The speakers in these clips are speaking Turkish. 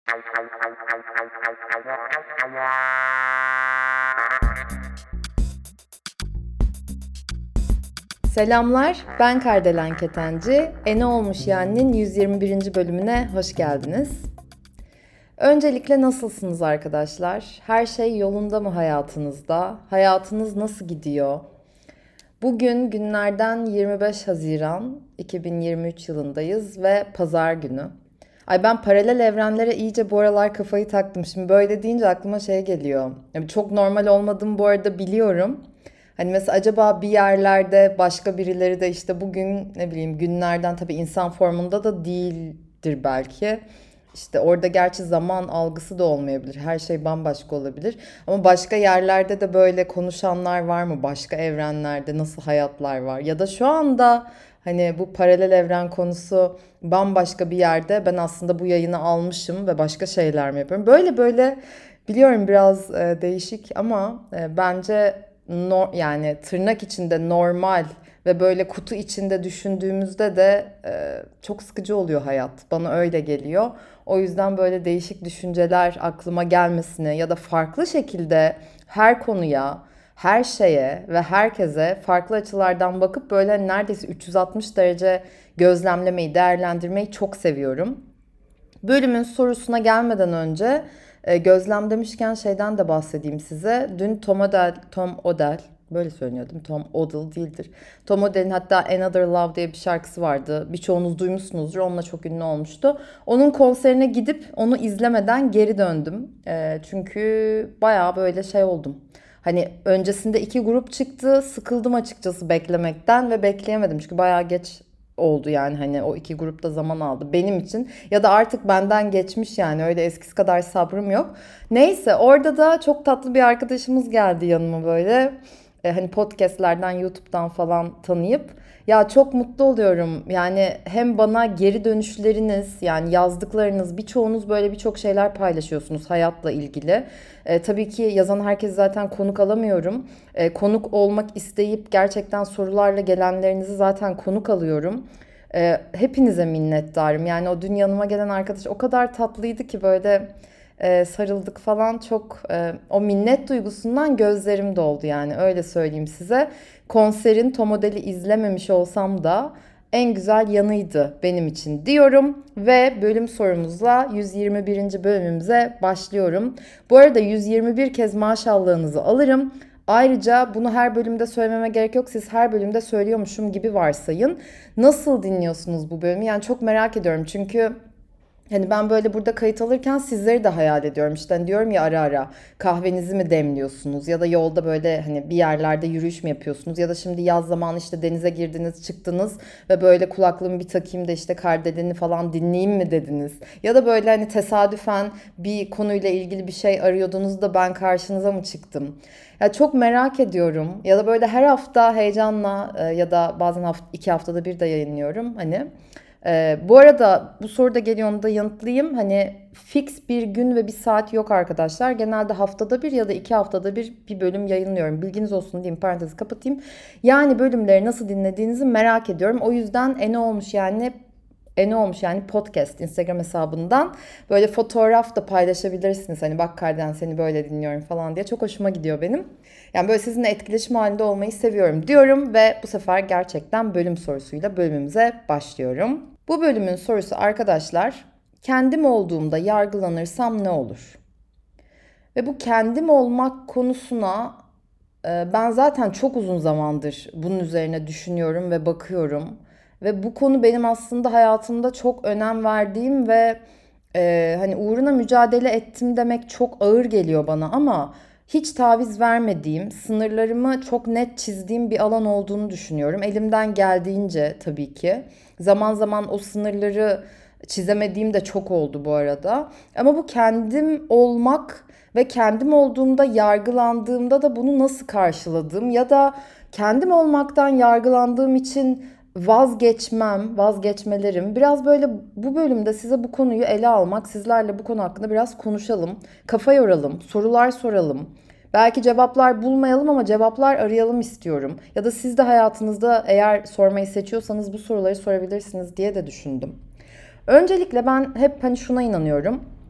Selamlar, ben Kardelen Ketenci. Ne olmuş yani'nin 121. bölümüne hoş geldiniz. Öncelikle nasılsınız arkadaşlar? Her şey yolunda mı hayatınızda? Hayatınız nasıl gidiyor? Bugün günlerden 25 Haziran 2023 yılındayız ve pazar günü. Ay ben paralel evrenlere iyice bu aralar kafayı taktım. Şimdi böyle deyince aklıma şey geliyor. Yani çok normal olmadığımı bu arada biliyorum. Hani mesela acaba bir yerlerde başka birileri de işte bugün ne bileyim günlerden tabii insan formunda da değildir belki. İşte orada gerçi zaman algısı da olmayabilir. Her şey bambaşka olabilir. Ama başka yerlerde de böyle konuşanlar var mı? Başka evrenlerde nasıl hayatlar var? Ya da şu anda hani bu paralel evren konusu bambaşka bir yerde. Ben aslında bu yayını almışım ve başka şeyler mi yapıyorum? Böyle böyle biliyorum biraz değişik ama bence yani tırnak içinde normal ve böyle kutu içinde düşündüğümüzde de çok sıkıcı oluyor hayat. Bana öyle geliyor. O yüzden böyle değişik düşünceler aklıma gelmesini ya da farklı şekilde her konuya, her şeye ve herkese farklı açılardan bakıp böyle neredeyse 360 derece gözlemlemeyi, değerlendirmeyi çok seviyorum. Bölümün sorusuna gelmeden önce gözlem demişken şeyden de bahsedeyim size. Dün Tom Odell, böyle söyleniyor değil mi? Tom Odell değildir. Tom Odell'in hatta Another Love diye bir şarkısı vardı. Birçoğunuz duymuşsunuzdur. Onunla çok ünlü olmuştu. Onun konserine gidip onu izlemeden geri döndüm. Çünkü bayağı böyle şey oldum. Hani öncesinde iki grup çıktı. Sıkıldım açıkçası beklemekten ve bekleyemedim. Çünkü bayağı geç oldu yani hani o iki grupta zaman aldı benim için ya da artık benden geçmiş yani öyle eskisi kadar sabrım yok. Neyse orada da çok tatlı bir arkadaşımız geldi yanıma böyle hani podcastlerden YouTube'dan falan tanıyıp ya çok mutlu oluyorum yani hem bana geri dönüşleriniz yani yazdıklarınız birçoğunuz böyle birçok şeyler paylaşıyorsunuz hayatla ilgili. Tabii ki yazan herkes zaten konuk alamıyorum. Konuk olmak isteyip gerçekten sorularla gelenlerinizi zaten konuk alıyorum. Hepinize minnettarım. Yani o dün yanıma gelen arkadaş o kadar tatlıydı ki böyle sarıldık falan çok o minnet duygusundan gözlerim doldu yani öyle söyleyeyim size. Konserin Tom Odell'i izlememiş olsam da en güzel yanıydı benim için diyorum ve bölüm sorumuzla 121. bölümümüze başlıyorum. Bu arada 121 kez maşallahınızı alırım. Ayrıca bunu her bölümde söylememe gerek yok. Siz her bölümde söylüyormuşum gibi varsayın. Nasıl dinliyorsunuz bu bölümü? Yani çok merak ediyorum çünkü hani ben böyle burada kayıt alırken sizleri de hayal ediyorum. İşte hani diyorum ya ara ara kahvenizi mi demliyorsunuz ya da yolda böyle hani bir yerlerde yürüyüş mü yapıyorsunuz ya da şimdi yaz zamanı işte denize girdiniz çıktınız ve böyle kulaklığımı bir takayım da işte Kardelen'i falan dinleyeyim mi dediniz. Ya da böyle hani tesadüfen bir konuyla ilgili bir şey arıyordunuz da ben karşınıza mı çıktım? Ya çok merak ediyorum ya da böyle her hafta heyecanla ya da bazen iki haftada bir de yayınlıyorum hani. Bu arada bu soru da geliyor onu da yanıtlayayım. Hani fix bir gün ve bir saat yok arkadaşlar. Genelde haftada bir ya da iki haftada bir bölüm yayınlıyorum. Bilginiz olsun diyeyim parantezi kapatayım. Yani bölümleri nasıl dinlediğinizi merak ediyorum. O yüzden ne olmuş yani podcast Instagram hesabından böyle fotoğraf da paylaşabilirsiniz. Hani bak Karden seni böyle dinliyorum falan diye. Çok hoşuma gidiyor benim. Yani böyle sizinle etkileşim halinde olmayı seviyorum diyorum ve bu sefer gerçekten bölüm sorusuyla bölümümüze başlıyorum. Bu bölümün sorusu arkadaşlar, kendim olduğumda yargılanırsam ne olur? Ve bu kendim olmak konusuna ben zaten çok uzun zamandır bunun üzerine düşünüyorum ve bakıyorum. Ve bu konu benim aslında hayatımda çok önem verdiğim ve hani uğruna mücadele ettim demek çok ağır geliyor bana ama hiç taviz vermediğim, sınırlarımı çok net çizdiğim bir alan olduğunu düşünüyorum. Elimden geldiğince tabii ki. Zaman zaman o sınırları çizemediğim de çok oldu bu arada. Ama bu kendim olmak ve kendim olduğumda yargılandığımda da bunu nasıl karşıladım ya da kendim olmaktan yargılandığım için vazgeçmelerim. Biraz böyle bu bölümde size bu konuyu ele almak, sizlerle bu konu hakkında biraz konuşalım, kafa yoralım, sorular soralım. Belki cevaplar bulmayalım ama cevaplar arayalım istiyorum. Ya da siz de hayatınızda eğer sormayı seçiyorsanız bu soruları sorabilirsiniz diye de düşündüm. Öncelikle ben hep hani şuna inanıyorum.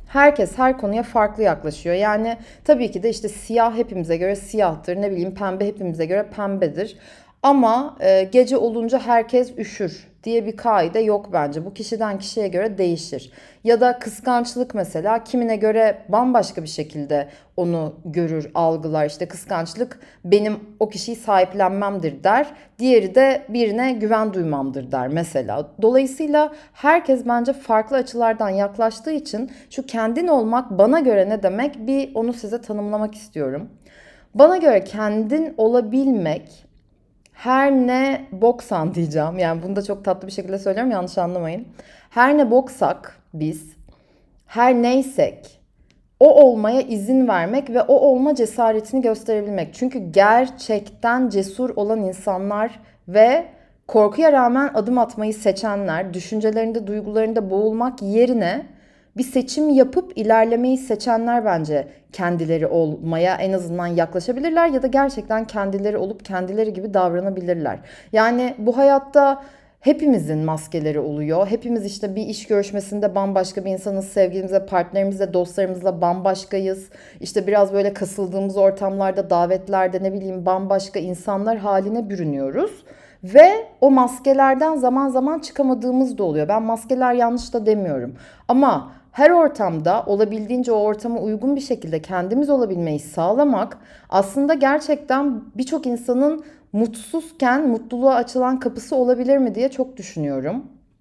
Herkes her konuya farklı yaklaşıyor. Yani tabii ki de işte siyah hepimize göre siyahtır, ne bileyim pembe hepimize göre pembedir. Ama gece olunca herkes üşür diye bir kaide yok bence. Bu kişiden kişiye göre değişir. Ya da kıskançlık mesela kimine göre bambaşka bir şekilde onu görür, algılar. İşte kıskançlık benim o kişiyi sahiplenmemdir der. Diğeri de birine güven duymamdır der mesela. Dolayısıyla herkes bence farklı açılardan yaklaştığı için şu kendin olmak bana göre ne demek, bir onu size tanımlamak istiyorum. Bana göre kendin olabilmek her ne boksan diyeceğim. Yani bunu da çok tatlı bir şekilde söylüyorum, yanlış anlamayın. Her ne boksak biz, her neysek o olmaya izin vermek ve o olma cesaretini gösterebilmek. Çünkü gerçekten cesur olan insanlar ve korkuya rağmen adım atmayı seçenler, düşüncelerinde, duygularında boğulmak yerine bir seçim yapıp ilerlemeyi seçenler bence kendileri olmaya en azından yaklaşabilirler ya da gerçekten kendileri olup kendileri gibi davranabilirler. Yani bu hayatta hepimizin maskeleri oluyor. Hepimiz işte bir iş görüşmesinde bambaşka bir insanız. Sevgilimizle, partnerimizle, dostlarımızla bambaşkayız. İşte biraz böyle kasıldığımız ortamlarda, davetlerde ne bileyim bambaşka insanlar haline bürünüyoruz. Ve o maskelerden zaman zaman çıkamadığımız da oluyor. Ben maskeler yanlış da demiyorum. Ama her ortamda olabildiğince o ortama uygun bir şekilde kendimiz olabilmeyi sağlamak aslında gerçekten birçok insanın mutsuzken mutluluğa açılan kapısı olabilir mi diye çok düşünüyorum.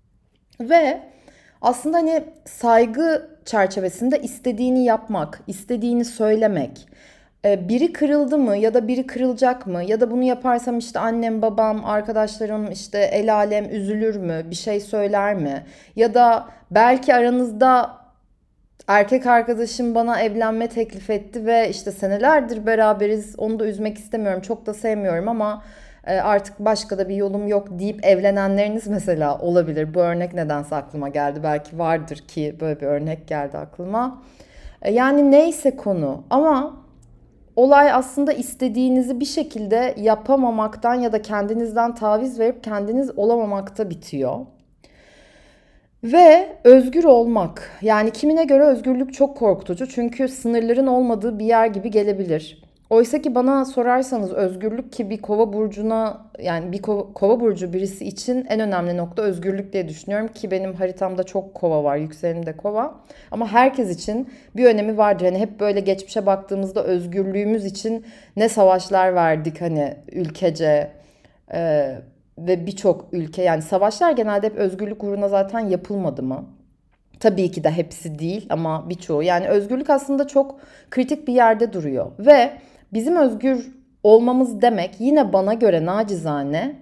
Ve aslında hani saygı çerçevesinde istediğini yapmak, istediğini söylemek, biri kırıldı mı ya da biri kırılacak mı ya da bunu yaparsam işte annem, babam, arkadaşlarım, işte el alem üzülür mü, bir şey söyler mi? Ya da belki aranızda erkek arkadaşım bana evlenme teklif etti ve işte senelerdir beraberiz. Onu da üzmek istemiyorum. Çok da sevmiyorum ama artık başka da bir yolum yok deyip evlenenleriniz mesela olabilir. Bu örnek nedense aklıma geldi. Belki vardır ki böyle bir örnek geldi aklıma. Yani neyse konu ama olay aslında istediğinizi bir şekilde yapamamaktan ya da kendinizden taviz verip kendiniz olamamakta bitiyor. Ve özgür olmak. Yani kimine göre özgürlük çok korkutucu. Çünkü sınırların olmadığı bir yer gibi gelebilir. Oysa ki bana sorarsanız özgürlük, ki bir kova burcuna, yani bir kova burcu birisi için en önemli nokta özgürlük diye düşünüyorum ki benim haritamda çok kova var, yükselenimde kova. Ama herkes için bir önemi vardır. Hani hep böyle geçmişe baktığımızda özgürlüğümüz için ne savaşlar verdik hani ülkece, e, ve birçok ülke, yani savaşlar genelde hep özgürlük uğruna zaten yapılmadı mı? Tabii ki de hepsi değil ama birçoğu. Yani özgürlük aslında çok kritik bir yerde duruyor ve bizim özgür olmamız demek yine bana göre nacizane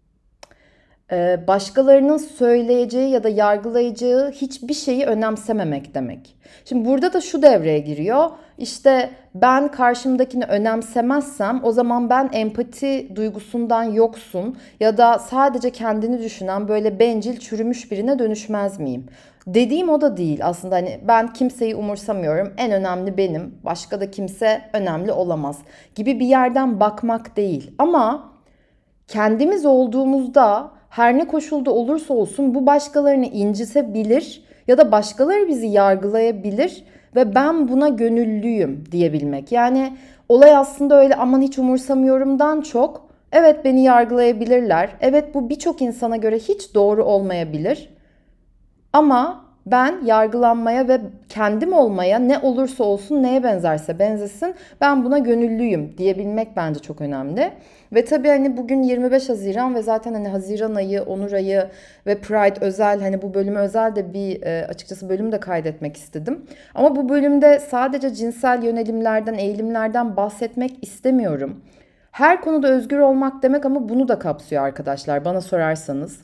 başkalarının söyleyeceği ya da yargılayacağı hiçbir şeyi önemsememek demek. Şimdi burada da şu devreye giriyor. İşte ben karşımdakini önemsemezsem o zaman ben empati duygusundan yoksun ya da sadece kendini düşünen böyle bencil, çürümüş birine dönüşmez miyim? Dediğim o da değil aslında, hani ben kimseyi umursamıyorum, en önemli benim, başka da kimse önemli olamaz gibi bir yerden bakmak değil. Ama kendimiz olduğumuzda her ne koşulda olursa olsun bu başkalarını incitebilir ya da başkaları bizi yargılayabilir ve ben buna gönüllüyüm diyebilmek. Yani olay aslında öyle aman hiç umursamıyorumdan çok, evet beni yargılayabilirler. Evet, bu birçok insana göre hiç doğru olmayabilir. Ama ben yargılanmaya ve kendim olmaya, ne olursa olsun, neye benzerse benzesin, ben buna gönüllüyüm diyebilmek bence çok önemli. Ve tabii hani bugün 25 Haziran ve zaten hani Haziran ayı, Onur ayı ve Pride özel, hani bu bölüme özel de bir açıkçası bölüm de kaydetmek istedim. Ama bu bölümde sadece cinsel yönelimlerden, eğilimlerden bahsetmek istemiyorum. Her konuda özgür olmak demek ama bunu da kapsıyor arkadaşlar, bana sorarsanız.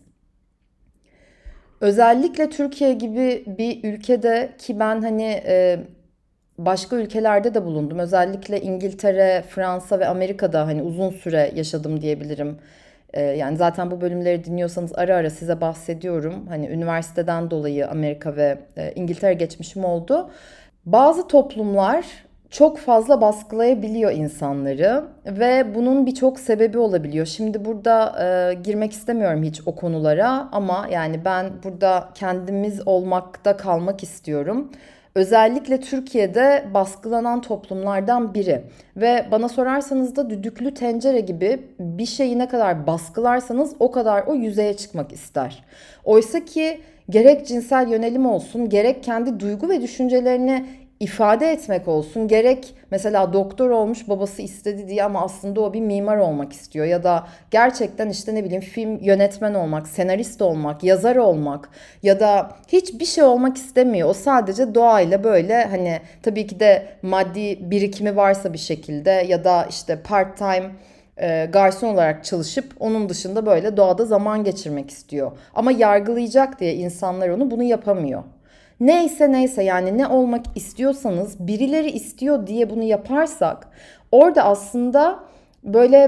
Özellikle Türkiye gibi bir ülkede, ki ben hani başka ülkelerde de bulundum. Özellikle İngiltere, Fransa ve Amerika'da hani uzun süre yaşadım diyebilirim. Yani zaten bu bölümleri dinliyorsanız ara ara size bahsediyorum. Hani üniversiteden dolayı Amerika ve İngiltere geçmişim oldu. Bazı toplumlar çok fazla baskılayabiliyor insanları ve bunun birçok sebebi olabiliyor. Şimdi burada girmek istemiyorum hiç o konulara ama yani ben burada kendimiz olmakta kalmak istiyorum. Özellikle Türkiye'de baskılanan toplumlardan biri. Ve bana sorarsanız da düdüklü tencere gibi bir şeyi ne kadar baskılarsanız o kadar o yüzeye çıkmak ister. Oysa ki gerek cinsel yönelim olsun, gerek kendi duygu ve düşüncelerini ifade etmek olsun, gerek mesela doktor olmuş babası istedi diye ama aslında o bir mimar olmak istiyor ya da gerçekten işte ne bileyim film yönetmen olmak, senarist olmak, yazar olmak ya da hiçbir şey olmak istemiyor. O sadece doğayla böyle hani tabii ki de maddi birikimi varsa bir şekilde ya da işte part time garson olarak çalışıp onun dışında böyle doğada zaman geçirmek istiyor. Ama yargılayacak diye insanlar onu bunu yapamıyor. Neyse neyse yani ne olmak istiyorsanız birileri istiyor diye bunu yaparsak orada aslında böyle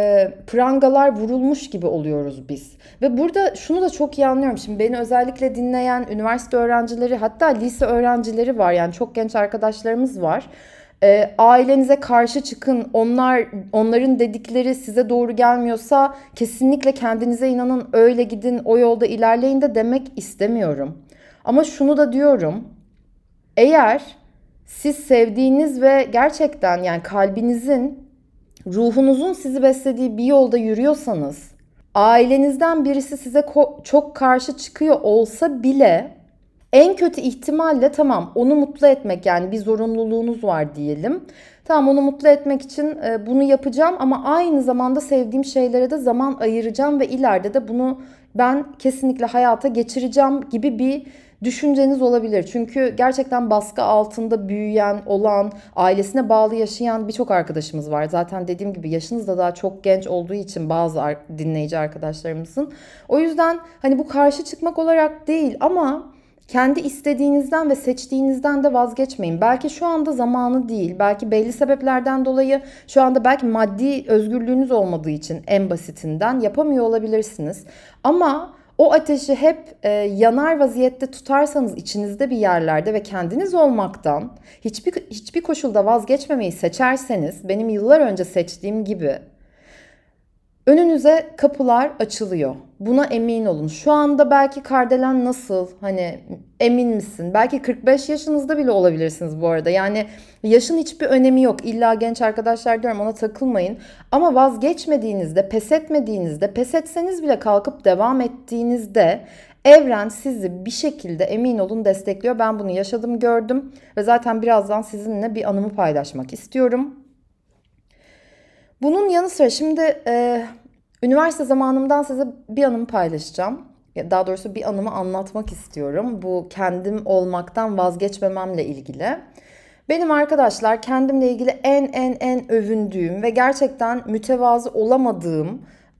prangalar vurulmuş gibi oluyoruz biz. Ve burada şunu da çok iyi anlıyorum. Şimdi beni özellikle dinleyen üniversite öğrencileri hatta lise öğrencileri var. Yani çok genç arkadaşlarımız var. Ailenize karşı çıkın. Onların dedikleri size doğru gelmiyorsa kesinlikle kendinize inanın, öyle gidin, o yolda ilerleyin de demek istemiyorum. Ama şunu da diyorum. Eğer siz sevdiğiniz ve gerçekten yani kalbinizin, ruhunuzun sizi beslediği bir yolda yürüyorsanız, ailenizden birisi size çok karşı çıkıyor olsa bile en kötü ihtimalle tamam onu mutlu etmek yani bir zorunluluğunuz var diyelim. Tamam onu mutlu etmek için bunu yapacağım ama aynı zamanda sevdiğim şeylere de zaman ayıracağım ve ileride de bunu ben kesinlikle hayata geçireceğim gibi bir düşünceniz olabilir. Çünkü gerçekten baskı altında büyüyen, olan, ailesine bağlı yaşayan birçok arkadaşımız var. Zaten dediğim gibi yaşınız da daha çok genç olduğu için bazı dinleyici arkadaşlarımızın. O yüzden hani bu karşı çıkmak olarak değil ama kendi istediğinizden ve seçtiğinizden de vazgeçmeyin. Belki şu anda zamanı değil, belki belli sebeplerden dolayı şu anda belki maddi özgürlüğünüz olmadığı için en basitinden yapamıyor olabilirsiniz. Ama o ateşi hep yanar vaziyette tutarsanız içinizde bir yerlerde ve kendiniz olmaktan hiçbir koşulda vazgeçmemeyi seçerseniz benim yıllar önce seçtiğim gibi önünüze kapılar açılıyor. Buna emin olun. Şu anda belki Kardelen nasıl? Hani emin misin? Belki 45 yaşınızda bile olabilirsiniz bu arada. Yani yaşın hiçbir önemi yok. İlla genç arkadaşlar diyorum ona takılmayın. Ama vazgeçmediğinizde, pes etmediğinizde, pes etseniz bile kalkıp devam ettiğinizde evren sizi bir şekilde emin olun destekliyor. Ben bunu yaşadım, gördüm ve zaten birazdan sizinle bir anımı paylaşmak istiyorum. Bunun yanı sıra şimdi üniversite zamanımdan size bir anımı paylaşacağım. Daha doğrusu bir anımı anlatmak istiyorum. Bu kendim olmaktan vazgeçmememle ilgili. Benim arkadaşlar kendimle ilgili en övündüğüm ve gerçekten mütevazı olamadığım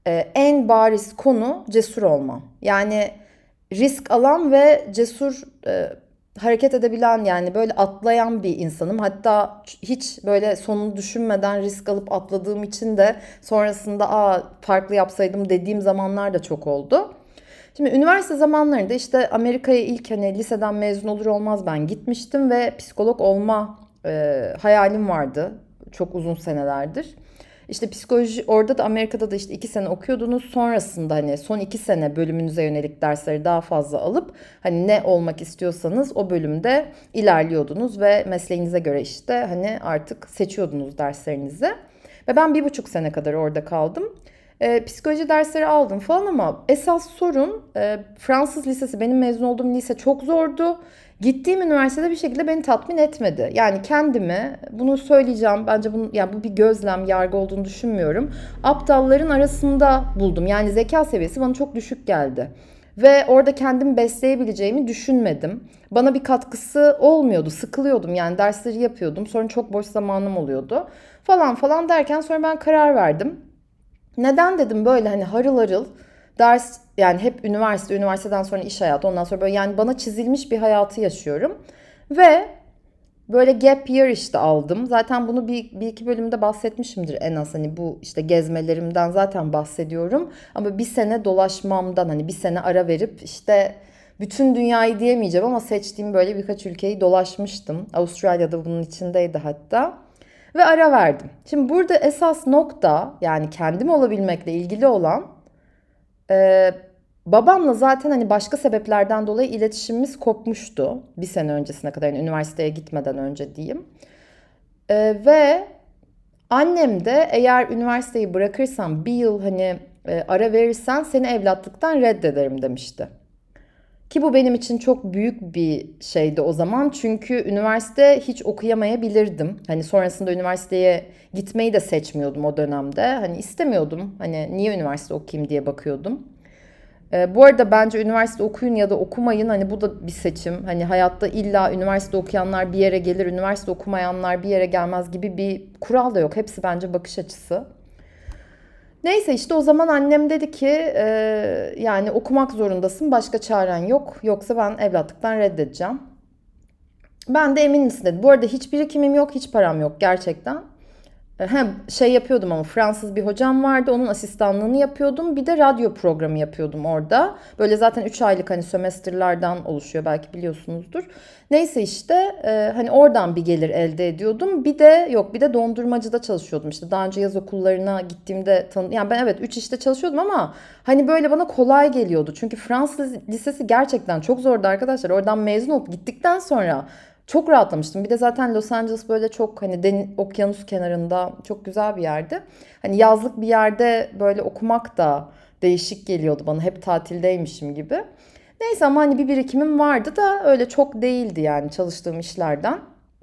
en bariz konu cesur olmam. Yani risk alan ve cesur hareket edebilen yani böyle atlayan bir insanım. Hatta hiç böyle sonunu düşünmeden risk alıp atladığım için de sonrasında farklı yapsaydım dediğim zamanlar da çok oldu. Şimdi üniversite zamanlarında işte Amerika'ya ilk hani liseden mezun olur olmaz ben gitmiştim ve psikolog olma hayalim vardı çok uzun senelerdir. İşte psikoloji orada da Amerika'da da işte 2 sene okuyordunuz. Sonrasında hani son 2 sene bölümünüze yönelik dersleri daha fazla alıp hani ne olmak istiyorsanız o bölümde ilerliyordunuz ve mesleğinize göre işte hani artık seçiyordunuz derslerinizi. Ve ben 1,5 sene kadar orada kaldım. Psikoloji dersleri aldım falan ama esas sorun Fransız lisesi benim mezun olduğum lise çok zordu. Gittiğim üniversitede bir şekilde beni tatmin etmedi. Yani kendimi bunu söyleyeceğim. Bence bunu yani bu bir gözlem, yargı olduğunu düşünmüyorum. Aptalların arasında buldum. Yani zeka seviyesi bana çok düşük geldi. Ve orada kendimi besleyebileceğimi düşünmedim. Bana bir katkısı olmuyordu. Sıkılıyordum yani dersleri yapıyordum. Sonra çok boş zamanım oluyordu. Falan falan derken sonra ben karar verdim. Neden dedim böyle hani harıl harıl ders yani hep üniversiteden sonra iş hayatı ondan sonra böyle yani bana çizilmiş bir hayatı yaşıyorum. Ve böyle gap year işte aldım. Zaten bunu bir iki bölümde bahsetmişimdir en az hani bu işte gezmelerimden zaten bahsediyorum. Ama 1 sene dolaşmamdan hani 1 sene ara verip işte bütün dünyayı diyemeyeceğim ama seçtiğim böyle birkaç ülkeyi dolaşmıştım. Avustralya'da bunun içindeydi hatta. Ve ara verdim. Şimdi burada esas nokta yani kendim olabilmekle ilgili olan e, Babamla zaten hani başka sebeplerden dolayı iletişimimiz kopmuştu. Bir sene öncesine kadar, yani üniversiteye gitmeden önce diyeyim. Ve annem de eğer üniversiteyi bırakırsam bir yıl hani ara verirsen seni evlatlıktan reddederim demişti. Ki bu benim için çok büyük bir şeydi o zaman. Çünkü üniversite hiç okuyamayabilirdim. Hani sonrasında üniversiteye gitmeyi de seçmiyordum o dönemde. Hani istemiyordum. Hani niye üniversite okuyayım diye bakıyordum. Bu arada bence üniversite okuyun ya da okumayın, hani bu da bir seçim. Hani hayatta illa üniversite okuyanlar bir yere gelir, üniversite okumayanlar bir yere gelmez gibi bir kural da yok. Hepsi bence bakış açısı. Neyse işte o zaman annem dedi ki yani okumak zorundasın, başka çaren yok. Yoksa ben evlatlıktan reddedeceğim. Ben de emin misin dedi. Bu arada hiç birikimim yok, hiç param yok gerçekten. Hem şey yapıyordum ama Fransız bir hocam vardı. Onun asistanlığını yapıyordum. Bir de radyo programı yapıyordum orada. Böyle zaten 3 aylık hani sömestrlerden oluşuyor, belki biliyorsunuzdur. Neyse işte hani oradan bir gelir elde ediyordum. Bir de dondurmacıda çalışıyordum. İşte daha önce yaz okullarına gittiğimde yani ben evet 3 işte çalışıyordum ama hani böyle bana kolay geliyordu. Çünkü Fransız lisesi gerçekten çok zordu arkadaşlar. Oradan mezun olup gittikten sonra çok rahatlamıştım. Bir de zaten Los Angeles böyle çok hani okyanus kenarında çok güzel bir yerdi. Hani yazlık bir yerde böyle okumak da değişik geliyordu bana. Hep tatildeymişim gibi. Neyse ama hani bir birikimim vardı da öyle çok değildi yani çalıştığım işlerden.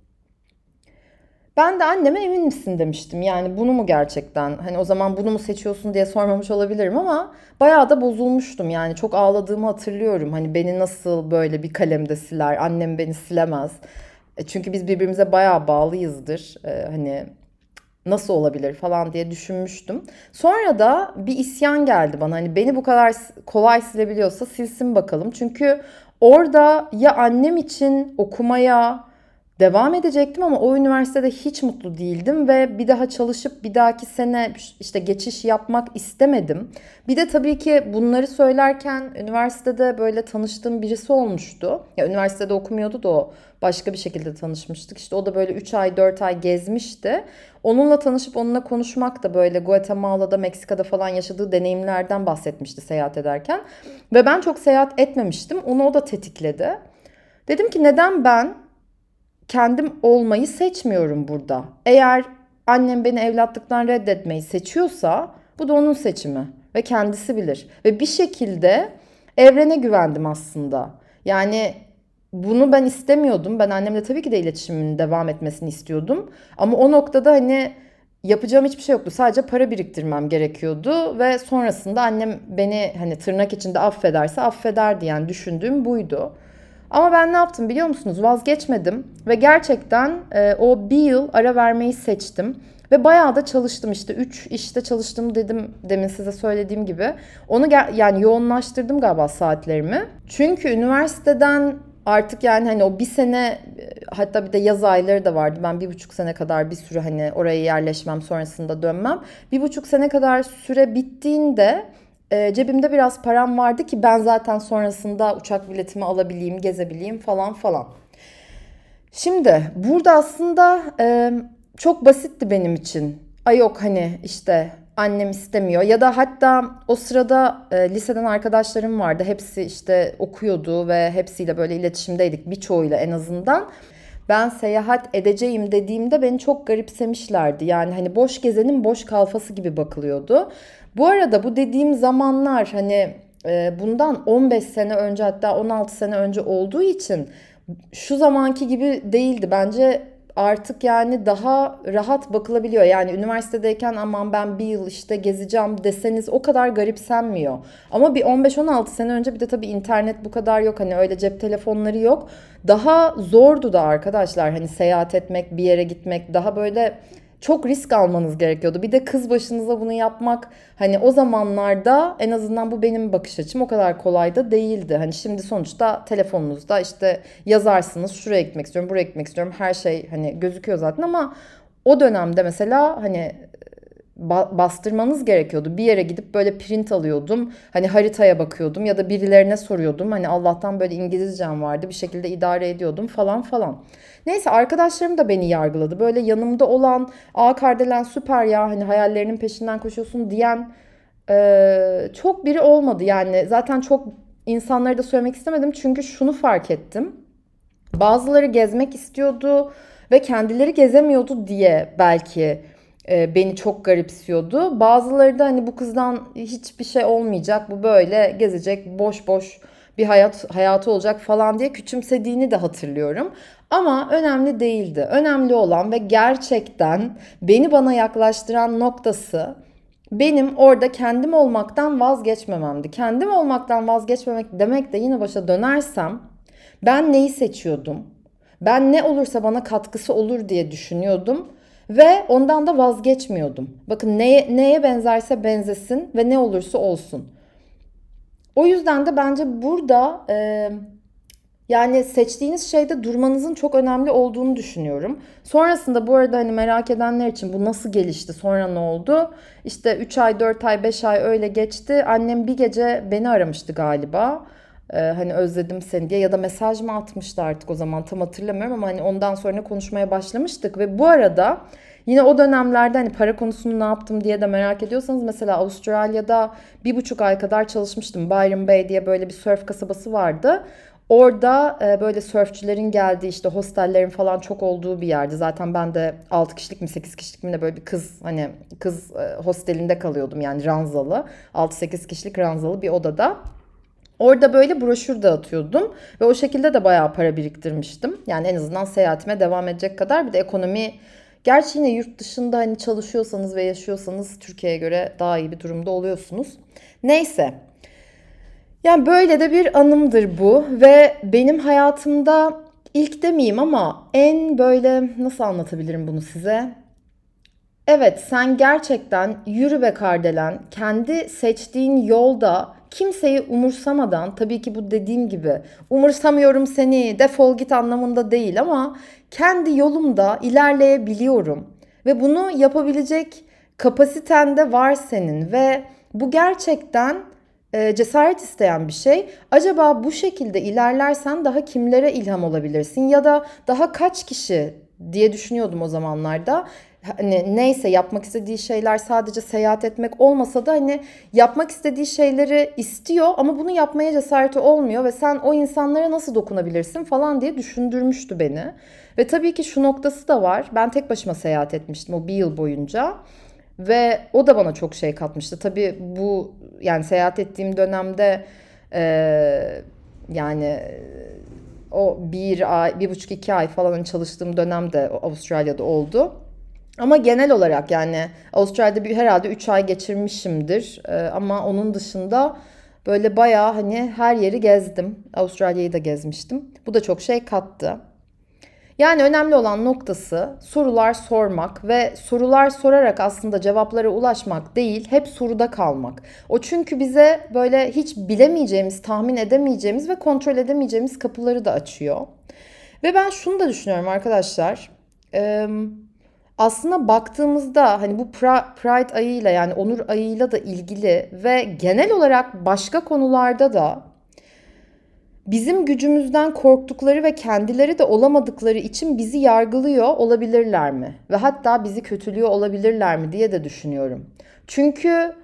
Ben de anneme emin misin demiştim. Yani bunu mu gerçekten, hani o zaman bunu mu seçiyorsun diye sormamış olabilirim ama bayağı da bozulmuştum. Yani çok ağladığımı hatırlıyorum. Hani beni nasıl böyle bir kalemde siler, annem beni silemez. Çünkü biz birbirimize bayağı bağlıyızdır. Hani nasıl olabilir falan diye düşünmüştüm. Sonra da bir isyan geldi bana. Hani beni bu kadar kolay silebiliyorsa silsin bakalım. Çünkü orada ya annem için okumaya devam edecektim ama o üniversitede hiç mutlu değildim ve bir daha çalışıp bir dahaki sene işte geçiş yapmak istemedim. Bir de tabii ki bunları söylerken üniversitede böyle tanıştığım birisi olmuştu. Ya üniversitede okumuyordu da o, başka bir şekilde tanışmıştık. İşte o da böyle 3 ay 4 ay gezmişti. Onunla tanışıp onunla konuşmak da böyle Guatemala'da, Meksika'da falan yaşadığı deneyimlerden bahsetmişti seyahat ederken. Ve ben çok seyahat etmemiştim. Onu o da tetikledi. Dedim ki neden ben kendim olmayı seçmiyorum burada? Eğer annem beni evlatlıktan reddetmeyi seçiyorsa bu da onun seçimi ve kendisi bilir. Ve bir şekilde evrene güvendim aslında. Yani bunu ben istemiyordum. Ben annemle tabii ki de iletişimin devam etmesini istiyordum. Ama o noktada hani yapacağım hiçbir şey yoktu. Sadece para biriktirmem gerekiyordu ve sonrasında annem beni hani tırnak içinde affederse affederdi, yani düşündüğüm buydu. Ama ben ne yaptım biliyor musunuz? Vazgeçmedim ve gerçekten o bir yıl ara vermeyi seçtim. Ve bayağı da çalıştım, işte 3 işte çalıştım dedim demin size söylediğim gibi. Onu yani yoğunlaştırdım galiba saatlerimi. Çünkü üniversiteden artık yani hani o bir sene, hatta bir de yaz ayları da vardı. Ben 1,5 sene kadar bir süre hani oraya yerleşmem, sonrasında dönmem. 1,5 sene kadar süre bittiğinde cebimde biraz param vardı ki ben zaten sonrasında uçak biletimi alabileyim, gezebileyim falan falan. Şimdi burada aslında çok basitti benim için. Ay yok hani işte annem istemiyor ya da hatta o sırada liseden arkadaşlarım vardı. Hepsi işte okuyordu ve hepsiyle böyle iletişimdeydik, birçoğuyla en azından. Ben seyahat edeceğim dediğimde beni çok garipsemişlerdi. Yani hani boş gezenin boş kalfası gibi bakılıyordu. Bu arada bu dediğim zamanlar hani bundan 15 sene önce, hatta 16 sene önce olduğu için şu zamanki gibi değildi. Bence artık yani daha rahat bakılabiliyor. Yani üniversitedeyken aman ben bir yıl işte gezeceğim deseniz o kadar garipsenmiyor. Ama bir 15-16 sene önce, bir de tabii internet bu kadar yok. Hani öyle cep telefonları yok. Daha zordu da arkadaşlar, hani seyahat etmek, bir yere gitmek daha böyle çok risk almanız gerekiyordu. Bir de kız başınıza bunu yapmak hani o zamanlarda, en azından bu benim bakış açım, o kadar kolay da değildi. Hani şimdi sonuçta telefonunuzda işte yazarsınız, şuraya gitmek istiyorum, buraya gitmek istiyorum, her şey hani gözüküyor zaten ama o dönemde mesela hani bastırmanız gerekiyordu. Bir yere gidip böyle print alıyordum. Hani haritaya bakıyordum ya da birilerine soruyordum. Hani Allah'tan böyle İngilizcem vardı. Bir şekilde idare ediyordum falan falan. Neyse arkadaşlarım da beni yargıladı. Böyle yanımda olan, "Aa Kardelen süper ya, hani hayallerinin peşinden koşuyorsun" diyen Çok biri olmadı yani zaten çok insanlara da söylemek istemedim çünkü şunu fark ettim. Bazıları gezmek istiyordu ve kendileri gezemiyordu diye belki beni çok garipsiyordu. Bazıları da hani bu kızdan hiçbir şey olmayacak, bu böyle gezecek, boş boş bir hayatı olacak falan diye küçümsediğini de hatırlıyorum. Ama önemli değildi. Önemli olan ve gerçekten beni bana yaklaştıran noktası benim orada kendim olmaktan vazgeçmememdi. Kendim olmaktan vazgeçmemek demek de yine başa dönersem ben neyi seçiyordum? Ben ne olursa bana katkısı olur diye düşünüyordum ve ondan da vazgeçmiyordum. Bakın neye benzerse benzesin ve ne olursa olsun. O yüzden de bence burada yani seçtiğiniz şeyde durmanızın çok önemli olduğunu düşünüyorum. Sonrasında bu arada hani merak edenler için bu nasıl gelişti, sonra ne oldu? İşte 3 ay, 4 ay, 5 ay öyle geçti. Annem bir gece beni aramıştı galiba. Hani özledim seni diye ya da mesaj mı atmıştı artık o zaman tam hatırlamıyorum ama hani ondan sonra konuşmaya başlamıştık ve bu arada yine o dönemlerde hani para konusunu ne yaptım diye de merak ediyorsanız mesela Avustralya'da 1,5 ay kadar çalışmıştım. Byron Bay diye böyle bir surf kasabası vardı. Orada böyle sörfçülerin geldiği işte hostellerin falan çok olduğu bir yerdi. Zaten ben de 6 kişilik mi 8 kişilik mi de böyle bir kız hostelinde kalıyordum yani ranzalı. 6-8 kişilik ranzalı bir odada. Orada böyle broşür dağıtıyordum ve o şekilde de bayağı para biriktirmiştim. Yani en azından seyahatime devam edecek kadar bir de ekonomi. Gerçi yine yurt dışında hani çalışıyorsanız ve yaşıyorsanız Türkiye'ye göre daha iyi bir durumda oluyorsunuz. Neyse. Yani böyle de bir anımdır bu ve benim hayatımda ilk demeyeyim ama en böyle nasıl anlatabilirim bunu size? Evet, sen gerçekten yürü be kardelen, kendi seçtiğin yolda kimseyi umursamadan, tabii ki bu dediğim gibi umursamıyorum seni, defol git anlamında değil ama kendi yolumda ilerleyebiliyorum ve bunu yapabilecek kapasiten de var senin ve bu gerçekten cesaret isteyen bir şey. Acaba bu şekilde ilerlersen daha kimlere ilham olabilirsin ya da daha kaç kişi diye düşünüyordum o zamanlarda. Hani neyse yapmak istediği şeyler sadece seyahat etmek olmasa da hani yapmak istediği şeyleri istiyor ama bunu yapmaya cesareti olmuyor ve sen o insanlara nasıl dokunabilirsin falan diye düşündürmüştü beni. Ve tabii ki şu noktası da var. Ben tek başıma seyahat etmiştim o bir yıl boyunca. Ve o da bana çok şey katmıştı. Tabii bu yani seyahat ettiğim dönemde yani o 1 ay, 1,5-2 ay falan çalıştığım dönemde Avustralya'da oldu. Ama genel olarak yani Avustralya'da herhalde 3 ay geçirmişimdir. Ama onun dışında böyle bayağı hani her yeri gezdim. Avustralya'yı da gezmiştim. Bu da çok şey kattı. Yani önemli olan noktası sorular sormak ve sorular sorarak aslında cevaplara ulaşmak değil, hep soruda kalmak. O çünkü bize böyle hiç bilemeyeceğimiz, tahmin edemeyeceğimiz ve kontrol edemeyeceğimiz kapıları da açıyor. Ve ben şunu da düşünüyorum arkadaşlar. Aslında baktığımızda hani bu Pride ayıyla yani onur ayıyla da ilgili ve genel olarak başka konularda da bizim gücümüzden korktukları ve kendileri de olamadıkları için bizi yargılıyor olabilirler mi? Ve hatta bizi kötülüyor olabilirler mi diye de düşünüyorum. Çünkü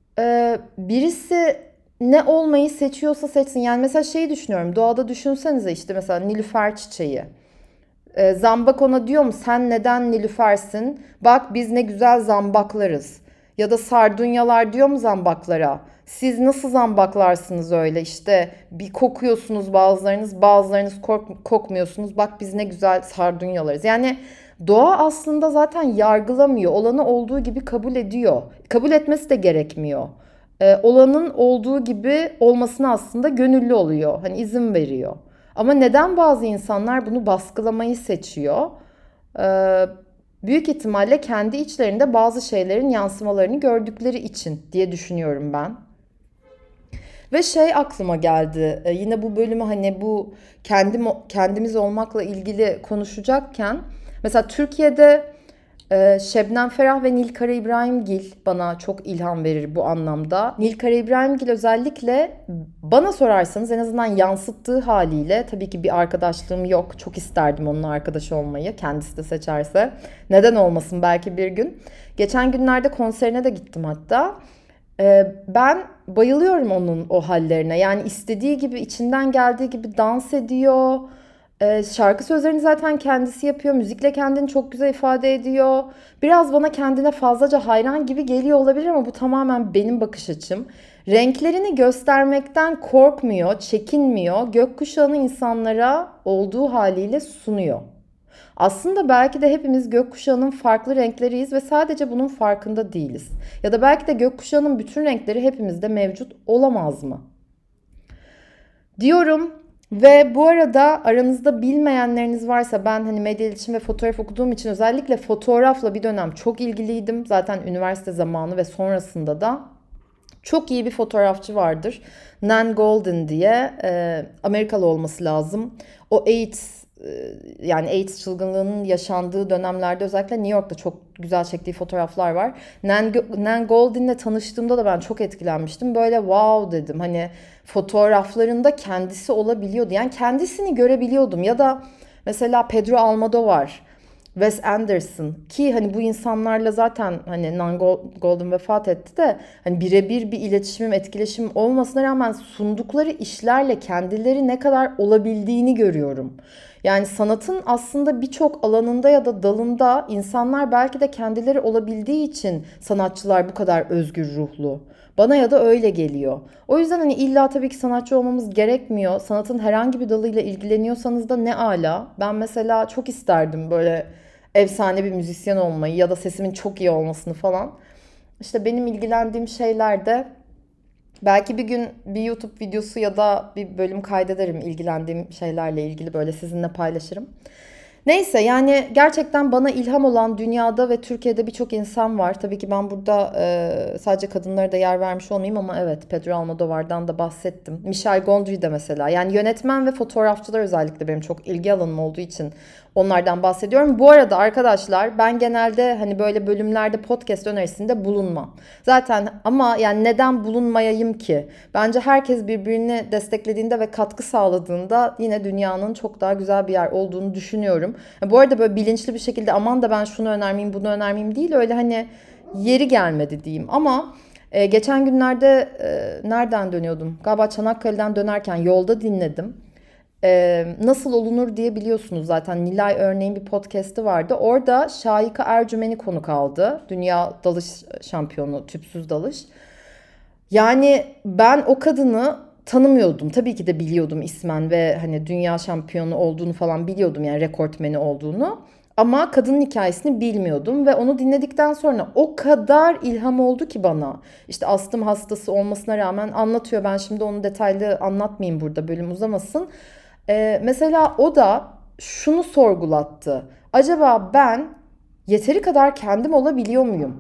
birisi ne olmayı seçiyorsa seçsin. Yani mesela şeyi düşünüyorum. Doğada düşünsenize işte mesela nilüfer çiçeği. Zambak ona diyor mu sen neden nilüfersin? Bak biz ne güzel zambaklarız. Ya da sardunyalar diyor mu zambaklara? Siz nasıl zambaklarsınız öyle işte bir kokuyorsunuz bazılarınız kokmuyorsunuz. Bak biz ne güzel sardunyalarız. Yani doğa aslında zaten yargılamıyor. Olanı olduğu gibi kabul ediyor. Kabul etmesi de gerekmiyor. Olanın olduğu gibi olmasına aslında gönüllü oluyor. Hani izin veriyor. Ama neden bazı insanlar bunu baskılamayı seçiyor? Ee, Büyük ihtimalle kendi içlerinde bazı şeylerin yansımalarını gördükleri için diye düşünüyorum ben. Ve şey aklıma geldi. Yine bu bölümü hani bu kendimiz olmakla ilgili konuşacakken mesela Türkiye'de Şebnem Ferah ve Nilkara İbrahimgil bana çok ilham verir bu anlamda. Nilkara İbrahimgil özellikle bana sorarsanız en azından yansıttığı haliyle tabii ki bir arkadaşlığım yok. Çok isterdim onunla arkadaş olmayı. Kendisi de seçerse. Neden olmasın belki bir gün. Geçen günlerde konserine de gittim hatta. Ben bayılıyorum onun o hallerine. Yani istediği gibi, içinden geldiği gibi dans ediyor. Şarkı sözlerini zaten kendisi yapıyor. Müzikle kendini çok güzel ifade ediyor. Biraz bana kendine fazlaca hayran gibi geliyor olabilir ama bu tamamen benim bakış açım. Renklerini göstermekten korkmuyor, çekinmiyor. Gökkuşağını insanlara olduğu haliyle sunuyor. Aslında belki de hepimiz gökkuşağının farklı renkleriyiz ve sadece bunun farkında değiliz. Ya da belki de gökkuşağının bütün renkleri hepimizde mevcut olamaz mı? Diyorum ve bu arada aranızda bilmeyenleriniz varsa ben hani medya iletişim ve fotoğraf okuduğum için özellikle fotoğrafla bir dönem çok ilgiliydim. Zaten üniversite zamanı ve sonrasında da çok iyi bir fotoğrafçı vardır. Nan Goldin diye Amerikalı olması lazım. O yani AIDS çılgınlığının yaşandığı dönemlerde özellikle New York'ta çok güzel çektiği fotoğraflar var. Nan Goldin'le tanıştığımda da ben çok etkilenmiştim. Böyle wow dedim. Hani fotoğraflarında kendisi olabiliyordu. Yani kendisini görebiliyordum. Ya da mesela Pedro Almodovar, Wes Anderson ki hani bu insanlarla zaten hani Nan Goldin vefat etti de hani birebir bir iletişimim, etkileşimim olmasına rağmen sundukları işlerle kendileri ne kadar olabildiğini görüyorum. Yani sanatın aslında birçok alanında ya da dalında insanlar belki de kendileri olabildiği için sanatçılar bu kadar özgür ruhlu. Bana ya da öyle geliyor. O yüzden hani illa tabii ki sanatçı olmamız gerekmiyor. Sanatın herhangi bir dalıyla ilgileniyorsanız da ne ala. Ben mesela çok isterdim böyle efsane bir müzisyen olmayı ya da sesimin çok iyi olmasını falan. İşte benim ilgilendiğim şeyler de belki bir gün bir YouTube videosu ya da bir bölüm kaydederim ilgilendiğim şeylerle ilgili böyle sizinle paylaşırım. Neyse yani gerçekten bana ilham olan dünyada ve Türkiye'de birçok insan var. Tabii ki ben burada sadece kadınlara da yer vermiş olmayayım ama evet Pedro Almodovar'dan da bahsettim. Michel Gondry de mesela. Yani yönetmen ve fotoğrafçılar özellikle benim çok ilgi alanım olduğu için onlardan bahsediyorum. Bu arada arkadaşlar ben genelde hani böyle bölümlerde podcast önerisinde bulunmam. Zaten ama yani neden bulunmayayım ki? Bence herkes birbirini desteklediğinde ve katkı sağladığında yine dünyanın çok daha güzel bir yer olduğunu düşünüyorum. Bu arada böyle bilinçli bir şekilde aman da ben şunu önermeyeyim bunu önermeyeyim değil öyle hani yeri gelmedi diyeyim ama geçen günlerde nereden dönüyordum? Galiba Çanakkale'den dönerken yolda dinledim. Nasıl olunur diye biliyorsunuz zaten Nilay örneğin bir podcast'i vardı. Orada Şahika Ercümen'i konuk aldı. Dünya dalış şampiyonu, tüpsüz dalış. Yani ben o kadını tanımıyordum. Tabii ki de biliyordum ismen ve hani dünya şampiyonu olduğunu falan biliyordum yani rekortmeni olduğunu. Ama kadının hikayesini bilmiyordum ve onu dinledikten sonra o kadar ilham oldu ki bana. İşte astım hastası olmasına rağmen anlatıyor. Ben şimdi onu detaylı anlatmayayım burada bölüm uzamasın. Mesela o da şunu sorgulattı. Acaba ben yeteri kadar kendim olabiliyor muyum?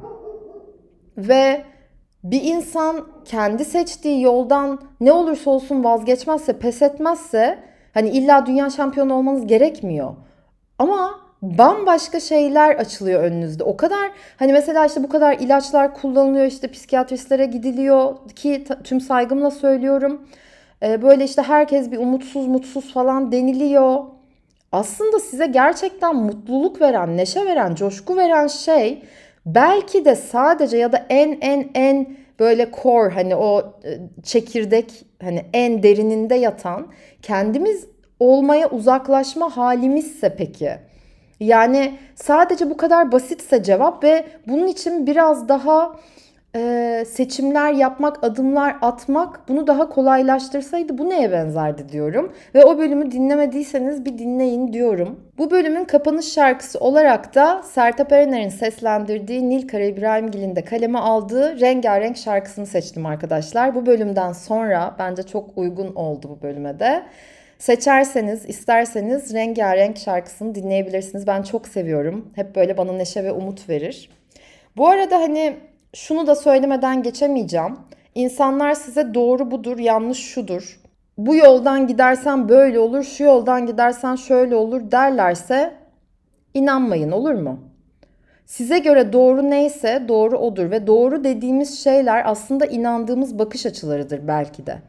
Ve bir insan kendi seçtiği yoldan ne olursa olsun vazgeçmezse, pes etmezse hani illa dünya şampiyonu olmanız gerekmiyor. Ama bambaşka şeyler açılıyor önünüzde. O kadar hani mesela işte bu kadar ilaçlar kullanılıyor işte psikiyatristlere gidiliyor ki tüm saygımla söylüyorum. Böyle işte herkes bir umutsuz mutsuz falan deniliyor. Aslında size gerçekten mutluluk veren, neşe veren, coşku veren şey belki de sadece ya da en böyle core hani o çekirdek hani en derininde yatan kendimiz olmaya uzaklaşma halimizse peki. Yani sadece bu kadar basitse cevap ve bunun için biraz daha seçimler yapmak, adımlar atmak bunu daha kolaylaştırsaydı bu neye benzerdi diyorum. Ve o bölümü dinlemediyseniz bir dinleyin diyorum. Bu bölümün kapanış şarkısı olarak da Sertab Erener'in seslendirdiği Nilkara İbrahimgil'in de kaleme aldığı Rengarenk şarkısını seçtim arkadaşlar. Bu bölümden sonra bence çok uygun oldu bu bölüme de. Seçerseniz, isterseniz Rengarenk şarkısını dinleyebilirsiniz. Ben çok seviyorum. Hep böyle bana neşe ve umut verir. Bu arada hani şunu da söylemeden geçemeyeceğim. İnsanlar size doğru budur, yanlış şudur. Bu yoldan gidersen böyle olur, şu yoldan gidersen şöyle olur derlerse inanmayın olur mu? Size göre doğru neyse doğru odur ve doğru dediğimiz şeyler aslında inandığımız bakış açılarıdır belki de.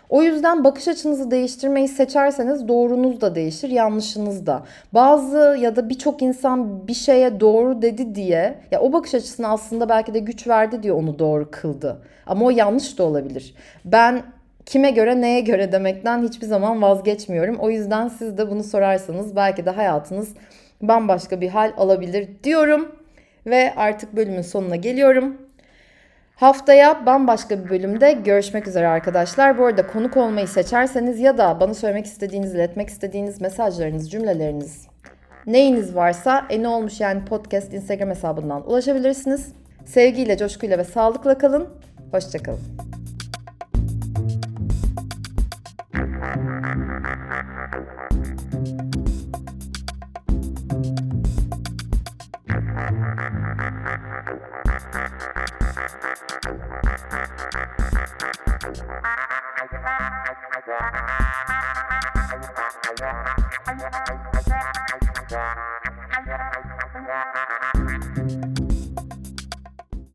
O yüzden bakış açınızı değiştirmeyi seçerseniz doğrunuz da değişir, yanlışınız da. Bazı ya da birçok insan bir şeye doğru dedi diye, ya o bakış açısına aslında belki de güç verdi diye onu doğru kıldı. Ama o yanlış da olabilir. Ben kime göre neye göre demekten hiçbir zaman vazgeçmiyorum. O yüzden siz de bunu sorarsanız belki de hayatınız bambaşka bir hal alabilir diyorum. Ve artık bölümün sonuna geliyorum. Haftaya bambaşka bir bölümde görüşmek üzere arkadaşlar. Bu arada konuk olmayı seçerseniz ya da bana söylemek istediğiniz, iletmek istediğiniz mesajlarınız, cümleleriniz, neyiniz varsa Ne Olmuş Yani Podcast Instagram hesabından ulaşabilirsiniz. Sevgiyle, coşkuyla ve sağlıkla kalın. Hoşçakalın. Wow.